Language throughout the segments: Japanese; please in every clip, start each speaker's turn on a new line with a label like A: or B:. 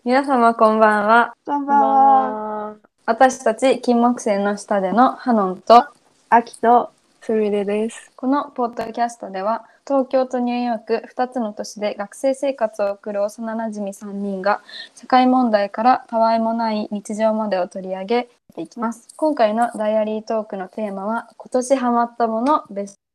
A: 皆様こんばんは。
B: こん
C: こんばん
B: ばんは。
C: は。
A: 私たち金木犀の下でのハノンと、
B: あきと、
C: すみれです。
A: このポッドキャストでは東京とニューヨーク2つの都市で学生生活を送る幼なじみ3人が社会問題からたわいもない日常までを取り上げていきます。今回のダイアリートークのテーマは今年ハマったものベスト。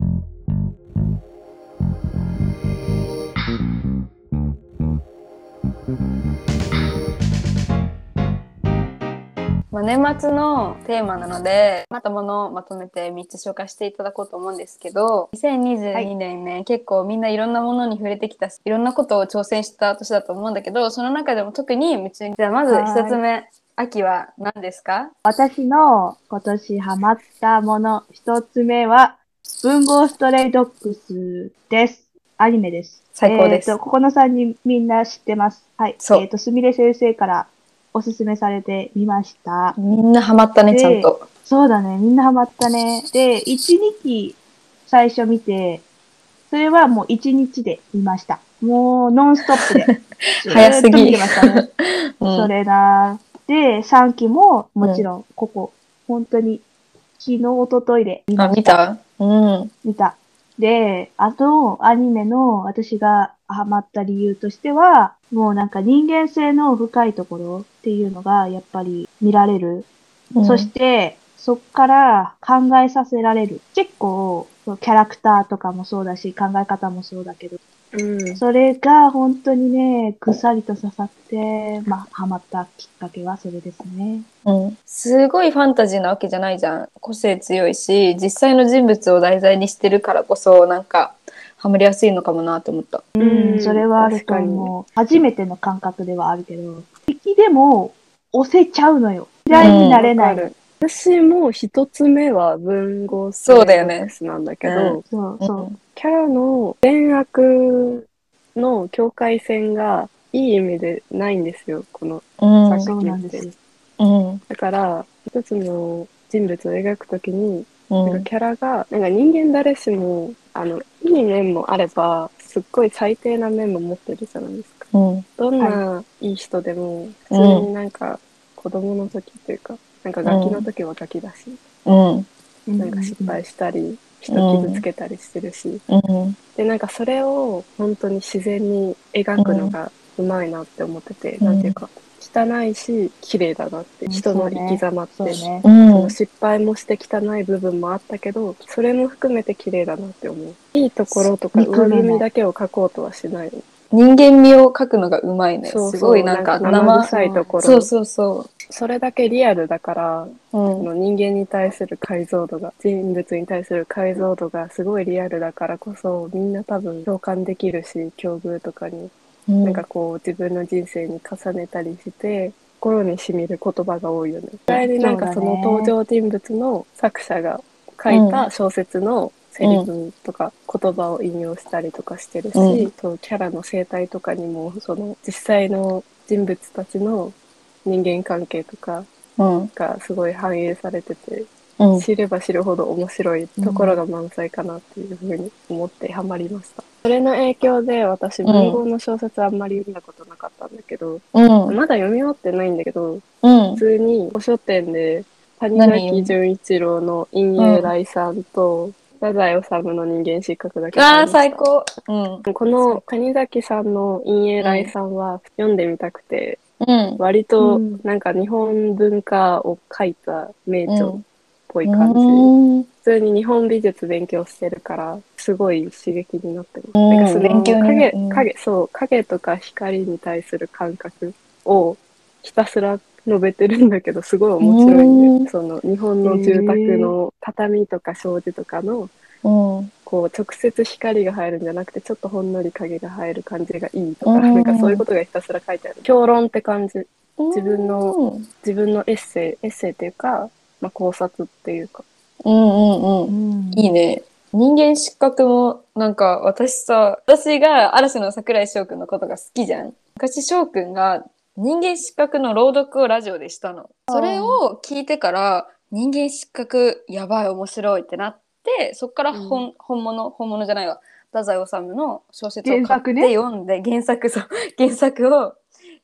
A: 年末のテーマなので、またものをまとめて3つ紹介していただこうと思うんですけど、2022年ね、結構みんないろんなものに触れてきたし、いろんなことを挑戦した年だと思うんだけど、その中でも特に夢中に。じゃあまず1つ目、秋は何ですか？
B: 私の今年ハマったもの一つ目は、文豪ストレイドッグスです。アニメです。
A: 最高です。
B: ここの3人みんな知ってます。はい。
A: そう。
B: すみれ先生からおすすめされてみました。
A: みんなハマったね、ちゃん
B: で、
A: と。
B: そうだね。みんなハマったね。で、1、2期最初見て、それはもう1日で見ました。もうノンストップで。ず
A: 早すぎ。
B: ーっと見てましたね。それな。で、3期ももちろん、本当に、昨日、一昨日で見
A: あ、
B: ました。
A: 見た？うん。
B: 見た。で、あと、アニメの私がハマった理由としては、もうなんか人間性の深いところっていうのがやっぱり見られる。そして、そっから考えさせられる。結構、キャラクターとかもそうだし、考え方もそうだけど、
C: うん。
B: それが本当にね、ぐさりと刺さって、ハマったきっかけはそれですね。
A: うん、すごいファンタジーなわけじゃないじゃん。個性強いし、実際の人物を題材にしてるからこそ、なんか、ハマりやすいのかもなと思った。
B: うん、それはあると
C: 確かに。
B: 思う。初めての感覚ではあるけど、敵でも押せちゃうのよ。
A: うん、
B: 嫌いになれないの。
C: わかる。私も一つ目は文豪スト
A: そう
C: レイドック
A: だよね。
C: スなんだけ
A: うん。
C: ど、
B: そう
A: う
B: そ
A: ん。
C: キャラの善悪の境界線がいい意味でないんですよ、この
B: う。
A: うん。
C: 作
B: そう
C: 品って。
B: なんですよ。
A: うん。
C: だから、一つの人物を描くときに、なんか
A: うん。
C: キャラが、なんか人間誰しも、いい面もあれば、すっごい最低な面も持ってるじゃないですか。
A: うん。
C: どん
B: はい。
C: ないい人でも、
A: う
C: 普通に
A: ん。
C: なんか子供の時っていうか、なんかガキの
A: うん。
C: 時はガキだし、
A: うん。
B: うん
C: なんか失
B: うん
C: 敗したり、人傷つ
A: うん。
C: けたりしてるし、
A: うん。
C: で、なんかそれを本当に自然に描
A: うん。
C: くのがうまいなって思ってて、
A: うん。
C: なんていうか、汚いし、綺麗だなって、
B: うん。
C: 人の生き
B: そうね。
C: 様って、
B: そうね。
C: その失敗もして汚い部分もあったけど、それも含めて綺麗だなって思う。いいところとか
B: 憎
C: 上積
B: めない。
C: みだけを描こうとはしない。
A: 人間味を描くのがうまいね。すごい
C: そうそう、
A: なんか
C: なんか生
A: 生、
C: 臭い
B: そう。
C: ところ、
A: そうそうそ
C: それだけリアルだから、
A: う。うん。
C: その人間に対する解像度が、人物に対する解像度がすごいリアルだからこそ、みんな多分共感できるし、境遇とかに、なんか
A: うん。
C: こう自分の人生に重ねたりして、心に染みる言葉が多いよね。実際になん
B: そうだ
C: かその登
B: ね。
C: 場人物の作者が書い
A: うん。
C: た小説のセリ
A: うん。
C: フとか言葉を引用したりとかしてる
A: うん。
C: し、そうキャラの生態とかにもその実際の人物たちの人間関係とか
A: うん。
C: がすごい反映されてて、
A: うん。
C: 知れば知るほど面白いところが満載かなっていうふうに思ってハマりました。それの影響で私
A: うん。
C: 文豪の小説あんまり読んだことなかったんだけど、
A: うん。
C: まだ読み終わってないんだけど、
A: うん。
C: 普通に古書店で谷崎
A: 何読
C: 潤一郎の陰
A: む？うん。
C: 影来さんと太宰治の人間失格だけ買
A: ああ、
C: いました。
A: 最高。うん。
C: この
A: 最高。
C: 谷崎さんの陰影
A: うん。
C: 来さんは読んでみたくて、
A: うん。
C: 割と
B: うん。
C: なんか日本文化を書いた名著っ
A: うん。
C: ぽい感じ。普
A: うん。
C: 通に日本美術勉強してるから、すごい刺激になってます。なんか
A: うん。勉
C: その
A: 強にな、うん。
C: そう、影とか光に対する感覚をひたすら述べてるんだけど、すごい
A: う
C: 面白いんで、
A: ん。
C: その日本
B: え
C: の住宅
B: ー、
C: の畳とか障子とかの
A: うん。
C: こう直接光が入るんじゃなくてちょっとほんのり影が入る感じがいいと
A: う
C: か、なんかそういう
A: ん。
C: ことがひたすら書いてある。評論って感じ。
A: う
C: 自分の
A: ん。
C: エッセイっていうか、まあ、考察っていうか。
A: うんうんう
B: う
A: ん。いい
B: ん。
A: ね。人間失格も、なんか私が嵐の桜井翔くんのことが好きじゃん。昔翔くんが人間失格の朗読をラジオでしたの。それ
B: ああ、
A: を聞いてから人間失格やばい面白いってなって、そっから
C: うん。
A: 本物じゃないわ。太宰治の小説を
B: 原
A: 買って
B: 作ね。
A: 読んで、原作を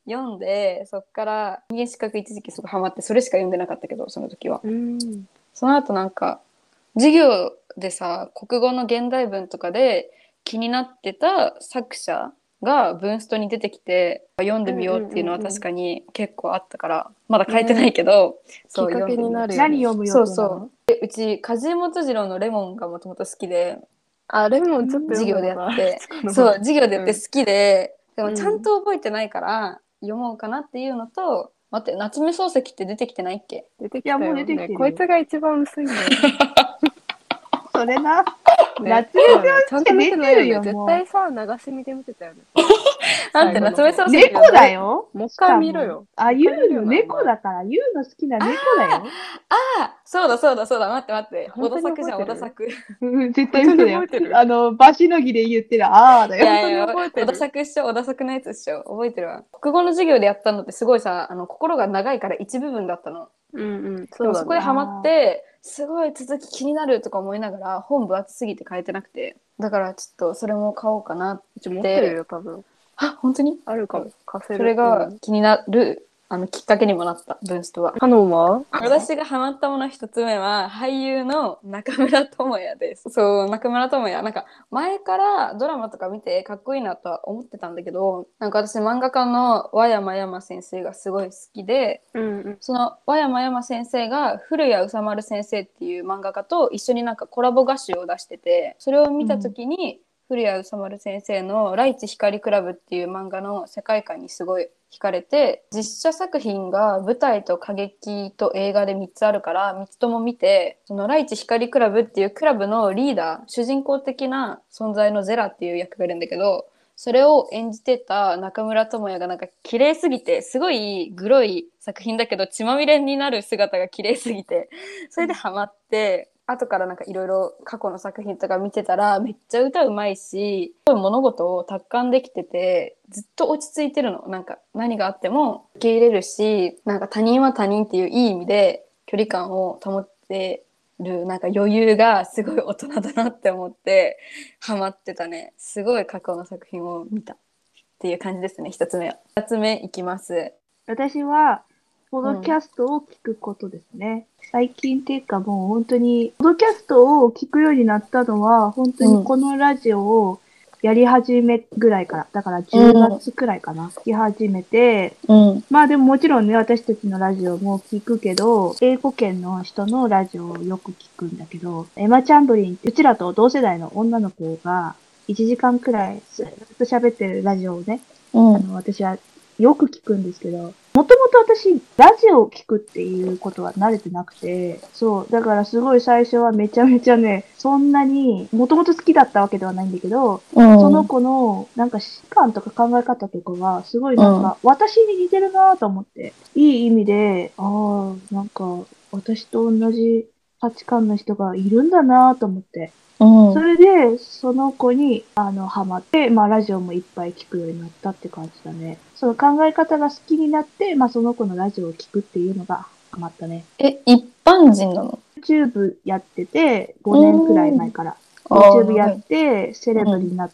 A: 読んで、そっから人間失格一時期すごいハマって、それしか読んでなかったけど、その時は。その後なんか、授業でさ、国語の現代文とかで気になってた作者が文ストに出てきて、読んでみようっていうのは確かに結構あったから、まだ書いてないけど、そう、
C: きっかけになるよね。
B: 何読む予
A: そう
B: 定なの？
A: そう。でうち、梶本次郎のレモンがもともと好きで、
C: あ、レモンちょっと読ん
A: 授業で
C: だことある。
A: やって、
C: この前
A: そう、授業でやって好きで、でも
C: うん
A: ちゃんと覚えてないから読もうかなっていうのと、待って、夏目漱石って出てきてないっけ？
C: 出てき
B: いや、もう
C: たよね。
B: 出てきてるよ。
C: こいつが一番薄いんだよね。
B: それな。
C: ね、
B: 夏目
C: そうだね。ちゃんと見てないよね。
B: 出てるよ
C: 絶対さ、流し見で見てたよね。
A: なんて、夏目漱石の
B: 猫だよ。
C: もう一回見ろよ。
B: あ、ユウの
C: もう一回見るよな
B: 猫だから、ユウの好きな猫だよ。
A: あ、そうだそうだそうだ、待って待って。小
C: 本当に
A: 田作じゃん、小
C: 覚えてる？
A: 田作。
B: うん、絶対嘘だよ
C: 本当に覚えて。る？
B: バシのぎで言ってる、あーだ
A: い
B: よ。
A: やいや、
C: 本当に覚えてる
A: 小田作っしょ、小田作のやつっしょ。覚えてるわ。国語の授業でやったのってすごいさ、心が長いから一部分だったの。
C: うんうん、
A: でも
C: そうだね。
A: そこでハマって、すごい続き気になるとか思いながら、本分厚すぎて買えてなくて。だからちょっとそれも買おうかなっ
C: うち持ってる
A: て。
C: よ、多分。
A: あ、本当に？
C: あるかも。貸せる。
A: それが気になる、きっかけにもなった、ブーストは。
C: カノンは？
A: 私がハマったもの一つ目は、俳優の中村智也です。そう、中村智也。なんか、前からドラマとか見てかっこいいなとは思ってたんだけど、なんか私漫画家の和山山先生がすごい好きで、
C: うんうん。
A: その和山山先生が古谷宇佐丸先生っていう漫画家と一緒になんかコラボ画集を出してて、それを見た時に、古谷宇佐丸先生のライチ光クラブっていう漫画の世界観にすごい惹かれて、実写作品が舞台と歌劇と映画で3つあるから3つとも見て、そのライチ光クラブっていうクラブのリーダー、主人公的な存在のゼラっていう役がいるんだけど、それを演じてた中村智也がなんか綺麗すぎて、すごいグロい作品だけど血まみれになる姿が綺麗すぎて、それでハマって、後からなんかいろいろ過去の作品とか見てたらめっちゃ歌うまいし、物事を達観できてて、ずっと落ち着いてるの。なんか何があっても受け入れるし、なんか他人は他人っていういい意味で距離感を保ってる、なんか余裕がすごい大人だなって思ってハマってたね。すごい過去の作品を見たっていう感じですね。一つ目は。二つ目いきます。
B: 私は、ポドキャストを聞くことですね。最近っていうかもう本当に、ポドキャストを聞くようになったのは、本当にこのラジオをやり始めぐらいから、だから10月くらいかな、聞き始めて、まあでももちろんね、私たちのラジオも聞くけど、英語圏の人のラジオをよく聞くんだけど、エマ・チャンドリンって、うちらと同世代の女の子が、1時間くらいずっと喋ってるラジオをね、私はよく聞くんですけど、もともと私、ラジオを聞くっていうことは慣れてなくて、そう、だからすごい最初はめちゃめちゃね、そんなに、もともと好きだったわけではないんだけど、その子の、なんか思考とか考え方とかが、すごいなんか、私に似てるなと思って、いい意味で、ああ、なんか、私と同じ価値観の人がいるんだなと思って、それで、その子に、ハマって、まあ、ラジオもいっぱい聞くようになったって感じだね。その考え方が好きになって、まあ、その子のラジオを聞くっていうのがハマったね。
A: 一般人なの？
B: YouTube やってて、5年くらい前から。YouTube やって、セレブになって、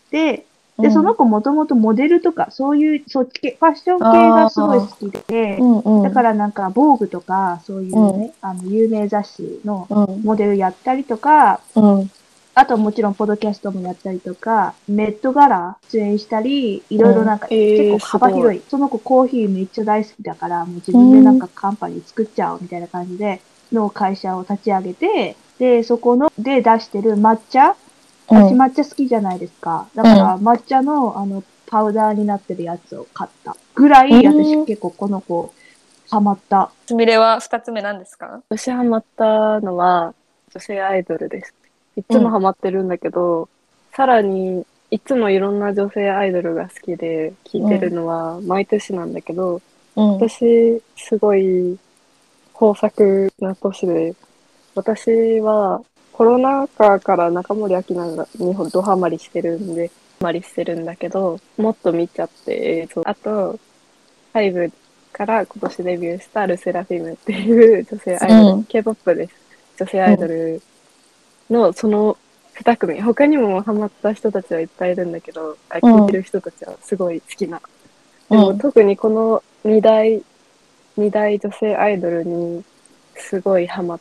B: で、その子もともとモデルとか、そういう、そっち系、ファッション系がすごい好きで、だからなんか、防具とか、そういうね、有名雑誌のモデルやったりとか、あともちろんポドキャストもやったりとか、メットガラ出演したり、いろいろなんか、結構幅広い。その子コーヒーめっちゃ大好きだから、もう自分でなんかカンパニー作っちゃおうみたいな感じで、の会社を立ち上げて、で、そこの、で出してる抹茶、私抹茶好きじゃないですか。だから抹茶のパウダーになってるやつを買ったぐらい、私結構この子、ハマった。
A: すみれは二つ目なんですか？
C: 私ハマったのは女性アイドルです。いつもハマってるんだけど、さらにいつもいろんな女性アイドルが好きで聞いてるのは毎年なんだけど、今年すごい豊作な年で、私はコロナ禍から中森明菜にドハマりしてるんで、ハマりしてるんだけど、もっと見ちゃって、あと、ハイブから今年デビューしたルセラフィムっていう女性アイドル、K-POP です。女性アイドルのその2組、他にもハマった人たちはいっぱいいるんだけど、聞いてる人たちはすごい好きな。でも特にこの二大、二大女性アイドルにすごいハマって、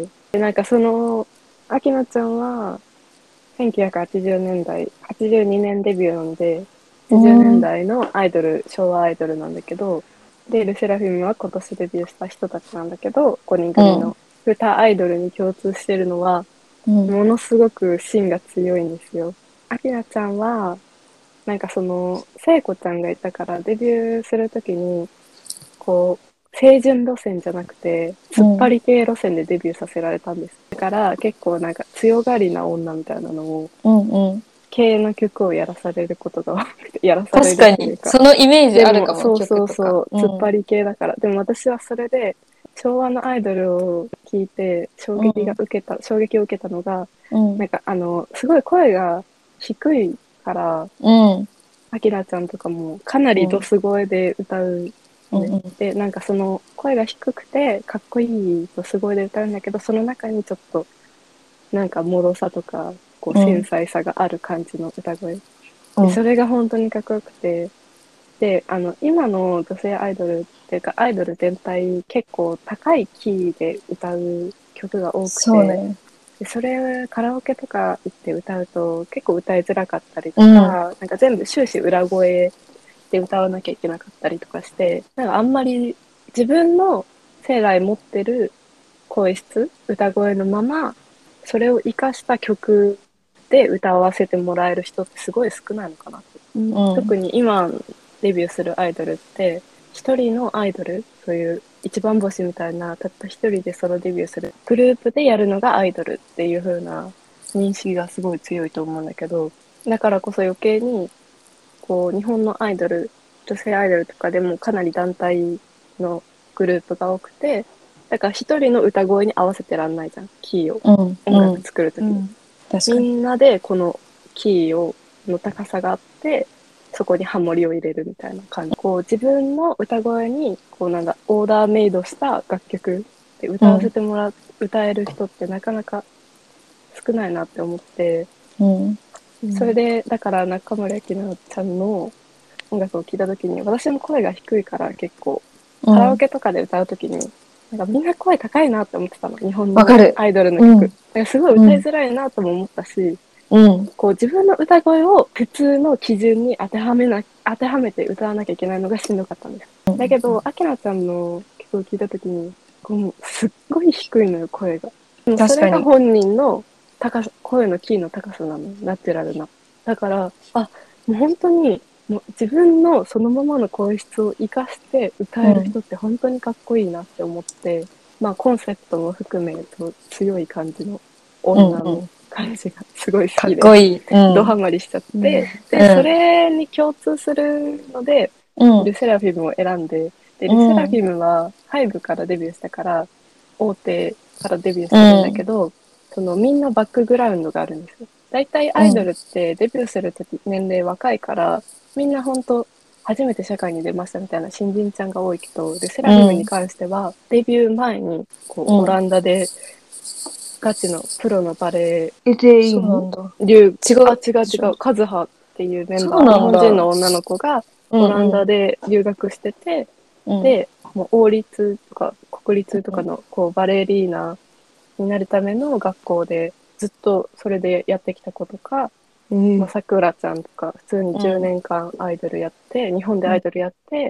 C: で、なんかその、アキナちゃんは、1980年代、82年デビューなんで、80年
A: うん。
C: 代のアイドル、昭和アイドルなんだけど、で、ルセラフィムは今年デビューした人たちなんだけど、5人
A: うん。
C: 組の歌アイドルに共通してるのは、
A: うん。
C: ものすごく芯が強いんですよ。アキナちゃんは、なんかその、聖子ちゃんがいたからデビューするときに、こう、清純路線じゃなくて、突っ張
A: うん。
C: り系路線でデビューさせられたんです。だから結構なんか強がりな女みたいなのを、
A: うん。うん。
C: 系の曲をやらされることが多くて、やらされ
A: 確かに、
C: るっていうか。
A: そのイメージ
C: でも、
A: あるかも、
C: そう
A: 曲とか。
C: そうそう、
A: うん。
C: 突っ張り系だから。でも私はそれで、昭和のアイドルを聞いて
A: うん。
C: 衝撃を受けたのが、
A: うん。
C: なんかすごい声が低いから、
A: うん。
C: アキラちゃんとかもかなりド
A: うん。
C: ス声で歌うね。
A: うん。
C: で、なんかその声が低くてかっこいいドス声で歌うんだけど、その中にちょっとなんか脆さとか、こう
A: うん。
C: 繊細さがある感じの歌声。で、
A: うん。
C: それが本当にかっこよくて、で、今の女性アイドルっていうか、アイドル全体結構高いキーで歌う曲が多くて、
A: そうね。
C: で、それ、カラオケとか行って歌うと結構歌いづらかったりと
A: うん。
C: か、なんか全部終始裏声で歌わなきゃいけなかったりとかして、なんかあんまり自分の生来持ってる声質、歌声のまま、それを活かした曲で歌わせてもらえる人ってすごい少ないのかなって。
B: うん。
A: うん。
C: 特に今デビューするアイドルって、一人のアイドル、そういう一番星みたいな、たった一人でソロデビューするグループでやるのがアイドルっていう風な認識がすごい強いと思うんだけど、だからこそ余計に、こう、日本のアイドル、女性アイドルとかでもかなり団体のグループが多くて、だから一人の歌声に合わせてらんないじゃん、キーを。
A: うん。
C: 音楽
A: うん。
C: 作るときに。
B: うん。
A: 確かに。
C: みんなでこのキーの高さがあって、そこにハモリを入れるみたいな感じ。こう自分の歌声に、こうなんだ、オーダーメイドした楽曲で歌わせ
A: うん。
C: てもらう、歌える人ってなかなか少ないなって思って、
A: うん。
C: それで、だから中森明菜ちゃんの音楽を聴いたときに、私も声が低いから結構、カラオ
A: うん。
C: ケとかで歌うときに、なんかみんな声高いなって思ってたの。日本
A: わかる。
C: のアイドルの曲。
A: うん。
C: なんかすごい
A: うん。
C: 歌いづらいなとも思ったし、
A: うん。
C: こう自分の歌声を普通の基準に当てはめて歌わなきゃいけないのがしんどかったんです。だけど、アキナちゃんの曲を聴いたときに、こうすっごい低いのよ、声が。でもそ
A: 確かに。
C: れが本人の高さ、声のキーの高さなの、ナチュラルな。だから、もう本当に、もう自分のそのままの声質を活かして歌える
A: うん。
C: 人って本当にかっこいいなって思って、まあコンセプトも含めと強い感じの
A: うん。
C: 女の
A: うん。
C: 感じがすごい好
A: かっ
C: きで、
A: こいい。うん。
C: ドハマりしちゃっ
B: うん。
C: て、で、そ
A: うん。
C: れに共通するので、
A: うん。
C: ルセラフィムを選んで、で、
A: う
C: ルセラフ
A: ん。
C: ィムはハイブからデビューしたから、大手からデビューし
A: う
C: てるんだけ
A: ん。
C: ど、そのみんなバックグラウンドがあるんですよ。大体アイドルってデビューするとき年齢若いから、みんな本当初めて社会に出ましたみたいな新人ちゃんが多いけど、ルセラフィムに
A: うん。
C: 関しては、デビュー前に、こう、オ
A: うん。
C: ランダでガチのプロのバレ
A: そうな
B: 全員
A: んだ。
C: エ、留、
A: 違う
C: 違う違
A: でしょ。
C: う、カズハっていうメン
A: そう
C: バー、日
A: なんだ。
C: 本人の女の子がオラン
A: うんうん。
C: ダで留学してて、
A: うん。
C: で、もう王立とか国立とかのこうバレリーナになるための学校でずっとそれでやってきた子とか、まあ、
B: ええ。
C: さくらちゃんとか普通に10
A: うん。
C: 年間アイドルやって、日本でアイドルやって、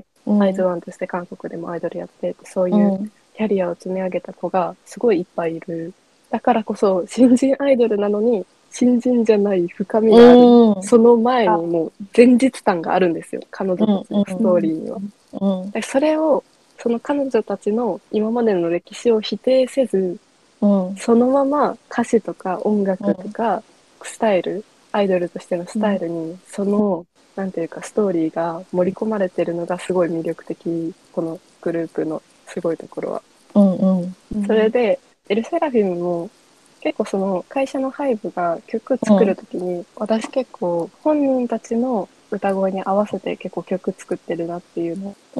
C: アイズ
A: うん。
C: ワンとして韓国でもアイドルやって、そう
A: う
C: いう
A: ん。
C: キャリアを積み上げた子がすごいいっぱいいる。だからこそ新人アイドルなのに新人じゃない深みがある。
A: うん。
C: その前に
B: あ、
C: もう前日譚があるんですよ。彼女た
A: うん。
C: ちのストー
B: うん。
C: リーには。
A: うん。
C: それを、その彼女たちの今までの歴史を否定せず、
A: うん。
C: そのまま歌詞とか音
A: うん。
C: 楽とかスタイル、アイドルとしてのス
B: うん。
C: タイルに、その、なんていうかストーリーが盛り込まれてるのがすごい魅力的、このグループのすごいところは。
A: うん。うん。
B: うん。
C: それで、エルセラフィムも結構その会社のハイブが曲作る
A: うん。
C: ときに、私結構本人たちの歌声に合わせて結構曲作ってるなっていうのを
A: うん。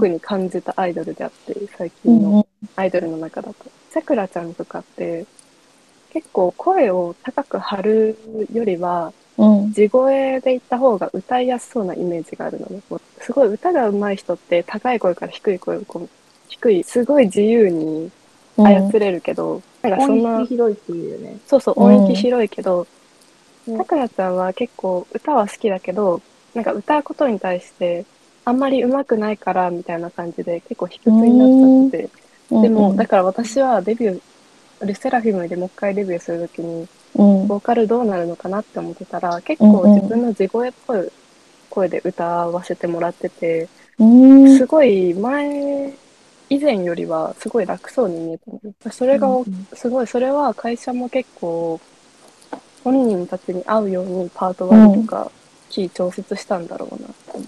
C: 特に感じたアイドルであって、最近の
A: うん。
C: アイドルの中だと。さくらちゃんとかって結構声を高く張るよりは、 地声で言った方が歌いやすそうなイメージがあるのね。もうすごい歌が上手い人って高い声から低い声を低い、すごい自由に操れるけど、なんかそん
B: 音
C: な、
B: 域広いっていうよね。
C: そうそう、音域広いけど、さくらちゃんは結構歌は好きだけど、なんか歌うことに対してあんまり上手くないからみたいな感じで結構卑屈になっちゃってて。でも、だから私はデビュー、ルセラフィムでもう一回デビューするときに、ボーカルどうなるのかなって思ってたら、結構自分の地声っぽい声で歌わせてもらってて、すごい以前よりはすごい楽そうに見えたので、それがすごい、それは会社も結構本人たちに合うようにパート割りとかキー調節したんだろうなと思って、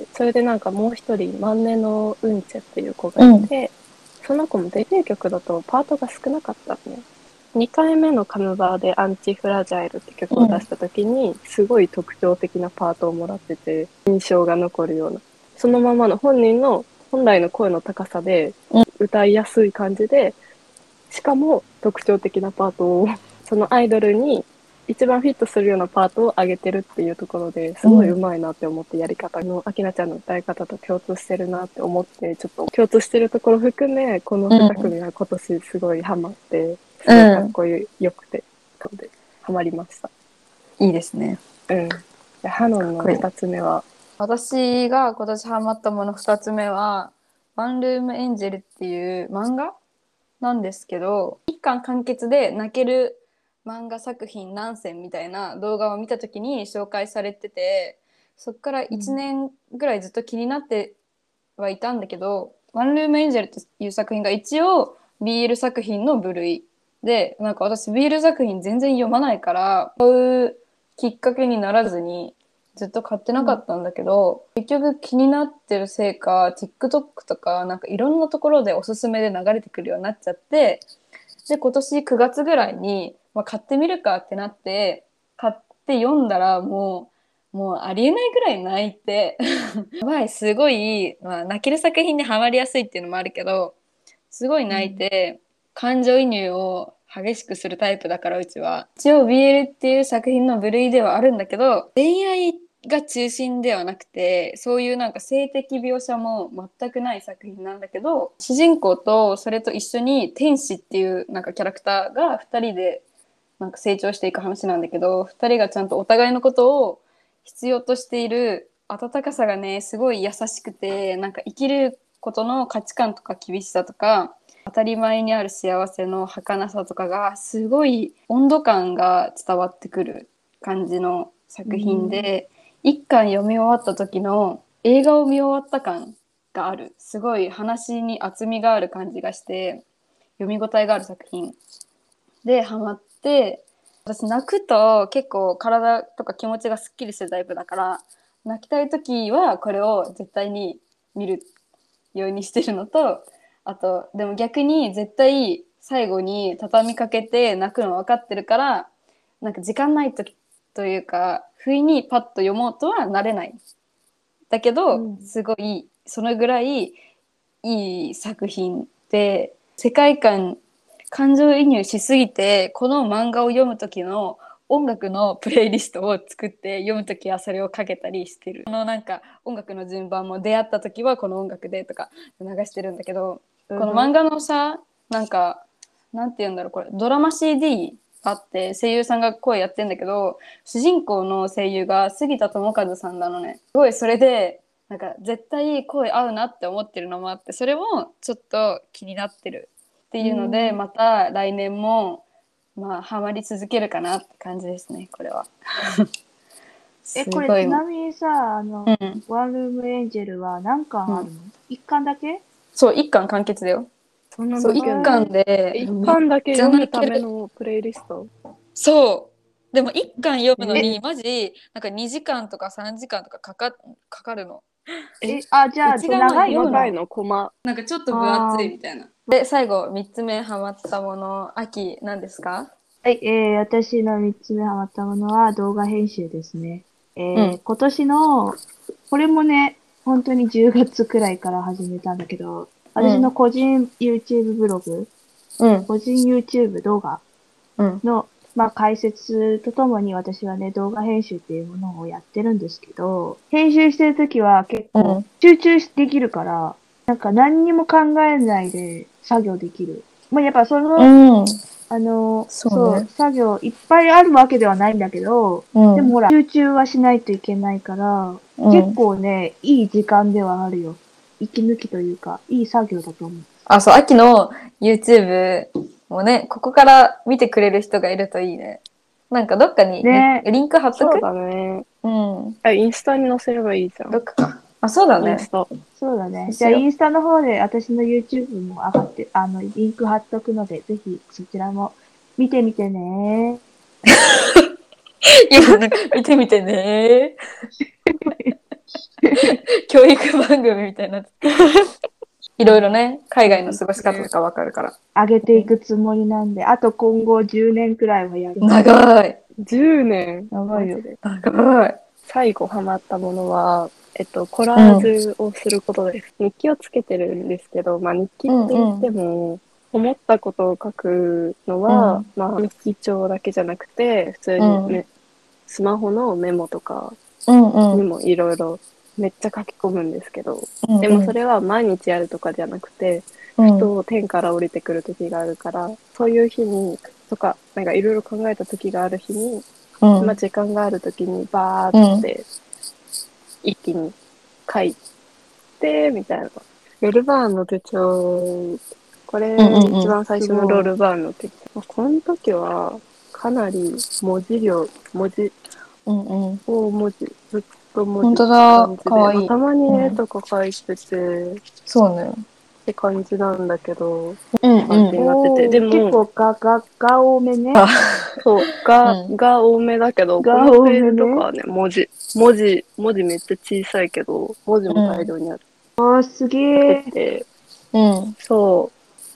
C: それでなんかもう一人万年のうんちゃっていう子がいて、その子もデビュー曲だとパートが少なかったのね。2回目のカムバーでアンチフラジャイルって曲を出した時に、すごい特徴的なパートをもらってて、印象が残るような。そのままの本人の本来の声の高さで歌いやすい感じで、しかも特徴的なパートを、そのアイドルに一番フィットするようなパートを上げてるっていうところですごい上手いなって思って、やり方の、アキナちゃんの歌い方と共通してるなって思って、ちょっと共通してるところ含め、この2組は今年すごいハマって、すごいかっこよくて、ハマりました。
A: いいですね。
C: ハノンの2つ目は、
A: 私が今年ハマったもの2つ目は、ワンルームエンジェルっていう漫画なんですけど、一巻完結で泣ける漫画作品何選みたいな動画を見た時に紹介されてて、そっから1年ぐらいずっと気になってはいたんだけど、ワンルームエンジェルっていう作品が一応 BL 作品の部類で、なんか私 BL 作品全然読まないから買うきっかけにならずにずっと買ってなかったんだけど、結局気になってるせいか TikTok とかなんかいろんなところでおすすめで流れてくるようになっちゃって、で今年9月ぐらいに、買ってみるかってなって買って読んだらもうありえないぐらい泣いてやばい、すごい、泣ける作品にハマりやすいっていうのもあるけど、すごい泣いて、感情移入を激しくするタイプだから、うちは。一応 BL っていう作品の部類ではあるんだけど、恋愛が中心ではなくて、そういうなんか性的描写も全くない作品なんだけど、主人公とそれと一緒に天使っていうなんかキャラクターが2人でなんか成長していく話なんだけど、2人がちゃんとお互いのことを必要としている温かさがね、すごい優しくて、なんか生きることの価値観とか厳しさとか、当たり前にある幸せの儚さとかがすごい温度感が伝わってくる感じの作品で、一巻読み終わった時の映画を見終わった感がある。すごい話に厚みがある感じがして読み応えがある作品でハマって、私泣くと結構体とか気持ちがすっきりするタイプだから、泣きたい時はこれを絶対に見るようにしてるのと、あとでも逆に絶対最後に畳みかけて泣くの分かってるから、なんか時間ない時というか不意にパッと読もうとはなれない。だけど、すごいそのぐらいいい作品で、世界観感情移入しすぎて、この漫画を読む時の音楽のプレイリストを作って読む時はそれをかけたりしてる。このなんか音楽の順番も出会った時はこの音楽でとか流してるんだけど、この漫画のさ、なんかなんて言うんだろう、これドラマ CD あって声優さんが声やってんだけど、主人公の声優が杉田智和さんなのね。すごいそれでなんか絶対声合うなって思ってるのもあって、それもちょっと気になってるっていうので、また来年もハマり続けるかなって感じですね、これは。
B: これちなみにさ、ワンルームエンジェルは何巻あるの？一巻だけ？
A: そう、一巻完結だよ。そう、一巻で
C: 一巻だけ読むためのプレイリスト。
A: そう。でも一巻読むのにマジなんか2時間とか3時間とかかかるの。
B: じゃあ
C: 長いのコマ。
A: なんかちょっと分厚いみたいな。で、最後3つ目ハマったもの、秋何ですか？
B: はい、私の3つ目ハマったものは動画編集ですね。今年の、これもね、本当に10月くらいから始めたんだけど、私の個人 YouTube ブログ、個人 YouTube 動画のまあ解説とともに私はね、動画編集っていうものをやってるんですけど、編集してるときは結構集中できるから、なんか何にも考えないで作業できる。まあやっぱその、そう、作業いっぱいあるわけではないんだけど、でもほら、集中はしないといけないから、結構ね、いい時間ではあるよ。息抜きというか、いい作業だと思う。
A: あ、そう、秋の YouTube もね、ここから見てくれる人がいるといいね。なんかどっかに
B: ね。
A: リンク貼っとく？
C: そうだね。
A: うん。
C: インスタに載せればいいじゃん。
A: どっかか。あ、そうだね。
C: インスタ。
B: そうだね。
A: そうしよう
B: じゃあインスタの方で私の YouTube も上がって、リンク貼っとくので、ぜひそちらも見てみてね。
A: 今なんか見てみてね。教育番組みたいになって。いろいろね、海外の過ごし方とかわかるから。
B: 上げていくつもりなんで、あと今後10年くらいはやる。
A: 長い。
C: 10年。
B: 長いよ。
A: 長い。
C: 最後ハマったものは、コラージュをすることです。日記をつけてるんですけど、まあ日記って言っても、思ったことを書くのは、まあ日記帳だけじゃなくて、普通にスマホのメモとかにもいろいろめっちゃ書き込むんですけど、でもそれは毎日やるとかじゃなくて、ふと天から降りてくる時があるから、そういう日に、とか、なんかいろいろ考えた時がある日に、まあ時間がある時にバーって一気に書いて、みたいな。ロールバーンの手帳、これ一番最初のロールバーンの手帳。この時はかなり文字量、文字、大文字、ずっと文字って感じで、まあ、たまに絵とか描いてて、
A: そうね。
C: って感じなんだけど、感じになってて。でも、
B: 結構が多めね。
C: そう、が多めだけど、このページとかはね、文字めっちゃ小さいけど、文字も大量にある。
B: ああ、すげ
C: え。そう、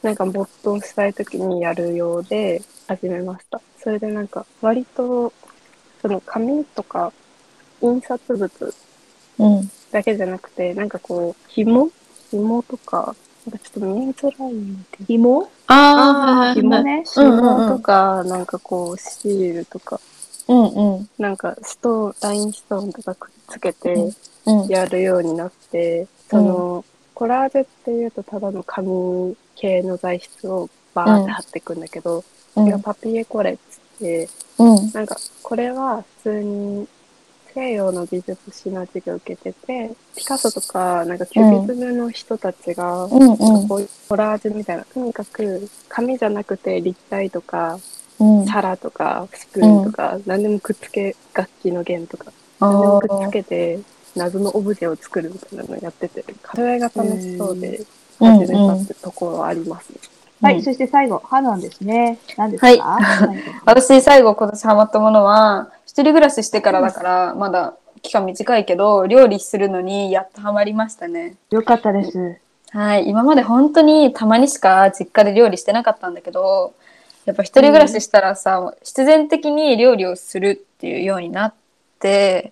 C: なんか没頭したい時にやるようで始めました。それでなんか、割と、その紙とか印刷物だけじゃなくて、なんかこう、紐とか、なんかちょっと見えづらいんだけど。
B: 紐紐ね。
C: 紐とか、なんかこう、シールとか、なんかラインストーンとかくっつけてやるようになって、その、コラージュっていうとただの紙系の材質をバーって貼っていくんだけど、パピエコレっつって、なんか、これは普通に西洋の美術史の授業を受けてて、ピカソとか、なんかキュビズムの人たちが、なんかこういうコラージュみたいな、とにかく紙じゃなくて立体とか、皿とか、スプーンとか、何でもくっつけ、楽器の弦とか、何でもくっつけて、謎のオブジェを作るみたいなのをやってて、それが楽しそうで始めたってところはありますね。
B: はい、そして最後、ハノンですね。何ですか？
A: はい。私、最後今年ハマったものは、一人暮らししてからだから、まだ期間短いけど、料理するのにやっとハマりましたね。
B: よかったです。
A: はい。今まで本当にたまにしか実家で料理してなかったんだけど、やっぱ一人暮らししたらさ、必然的に料理をするっていうようになって、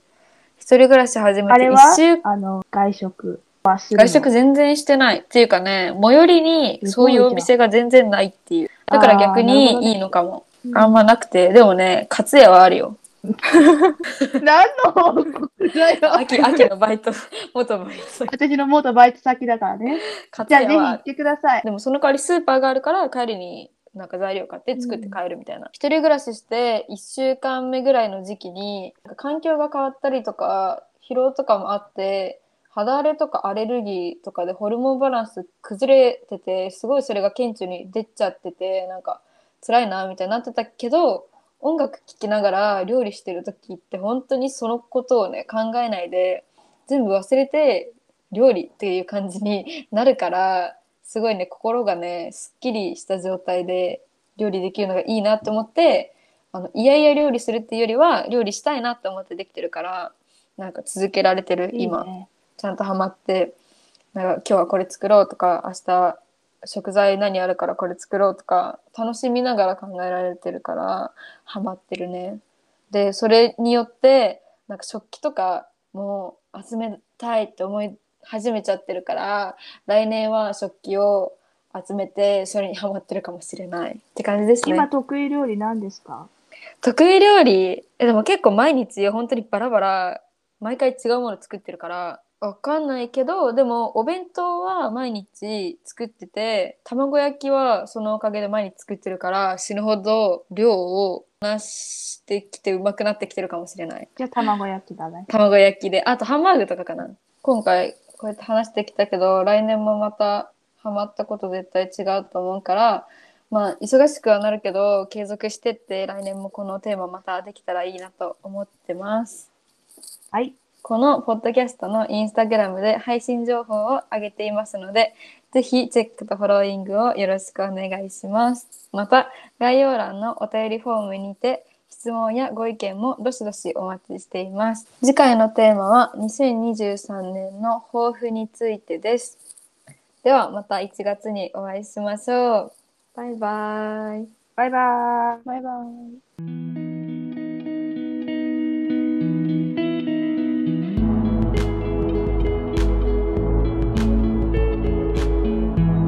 A: 一人暮らし始めて一週
B: 間、外食はするの？
A: 外食全然してない。っていうかね、最寄りにそういうお店が全然ないっていう。だから逆にいいのかも。あんまなくて。でもね、カツ屋はあるよ。
B: 何のだよ。
A: 秋のバイト、元バイト先。
B: 私の元バイト先だからね。じゃあぜひ行ってください。
A: でもその代わりスーパーがあるから帰りになんか材料買って作って帰るみたいな。一人暮らしして1週間目ぐらいの時期に、環境が変わったりとか、疲労とかもあって、肌荒れとかアレルギーとかでホルモンバランス崩れてて、すごいそれが顕著に出ちゃってて、なんか辛いなみたいになってたけど、音楽聴きながら料理してる時って本当にそのことをね考えないで全部忘れて料理っていう感じになるから、すごいね心がねすっきりした状態で料理できるのがいいなって思って、いやいや料理するっていうよりは料理したいなって思ってできてるから、なんか続けられてる今。いいね。ちゃんとハマって、なんか今日はこれ作ろうとか、明日食材何あるからこれ作ろうとか楽しみながら考えられてるからハマってるね。でそれによってなんか食器とかも集めたいって思い始めちゃってるから、来年は食器を集めてそれにハマってるかもしれないって感じですね。
B: 今得意料理何ですか？
A: 得意料理、でも結構毎日本当にバラバラ、毎回違うもの作ってるから、わかんないけど、でもお弁当は毎日作ってて、卵焼きはそのおかげで毎日作ってるから、死ぬほど量をこなしてきて上手くなってきてるかもしれない。
B: じゃあ卵焼きだね。
A: 卵焼きで。あとハンバーグとかかな。今回こうやって話してきたけど、来年もまたハマったこと絶対違うと思うから、まあ忙しくはなるけど、継続してって来年もこのテーマまたできたらいいなと思ってます。
B: はい。
A: このポッドキャストのインスタグラムで配信情報を上げていますので、ぜひチェックとフォローイングをよろしくお願いします。また、概要欄のお便りフォームにて、質問やご意見もどしどしお待ちしています。次回のテーマは2023年の抱負についてです。ではまた1月にお会いしましょう。バイバイ。
B: バイバーイ。
C: バイバイ。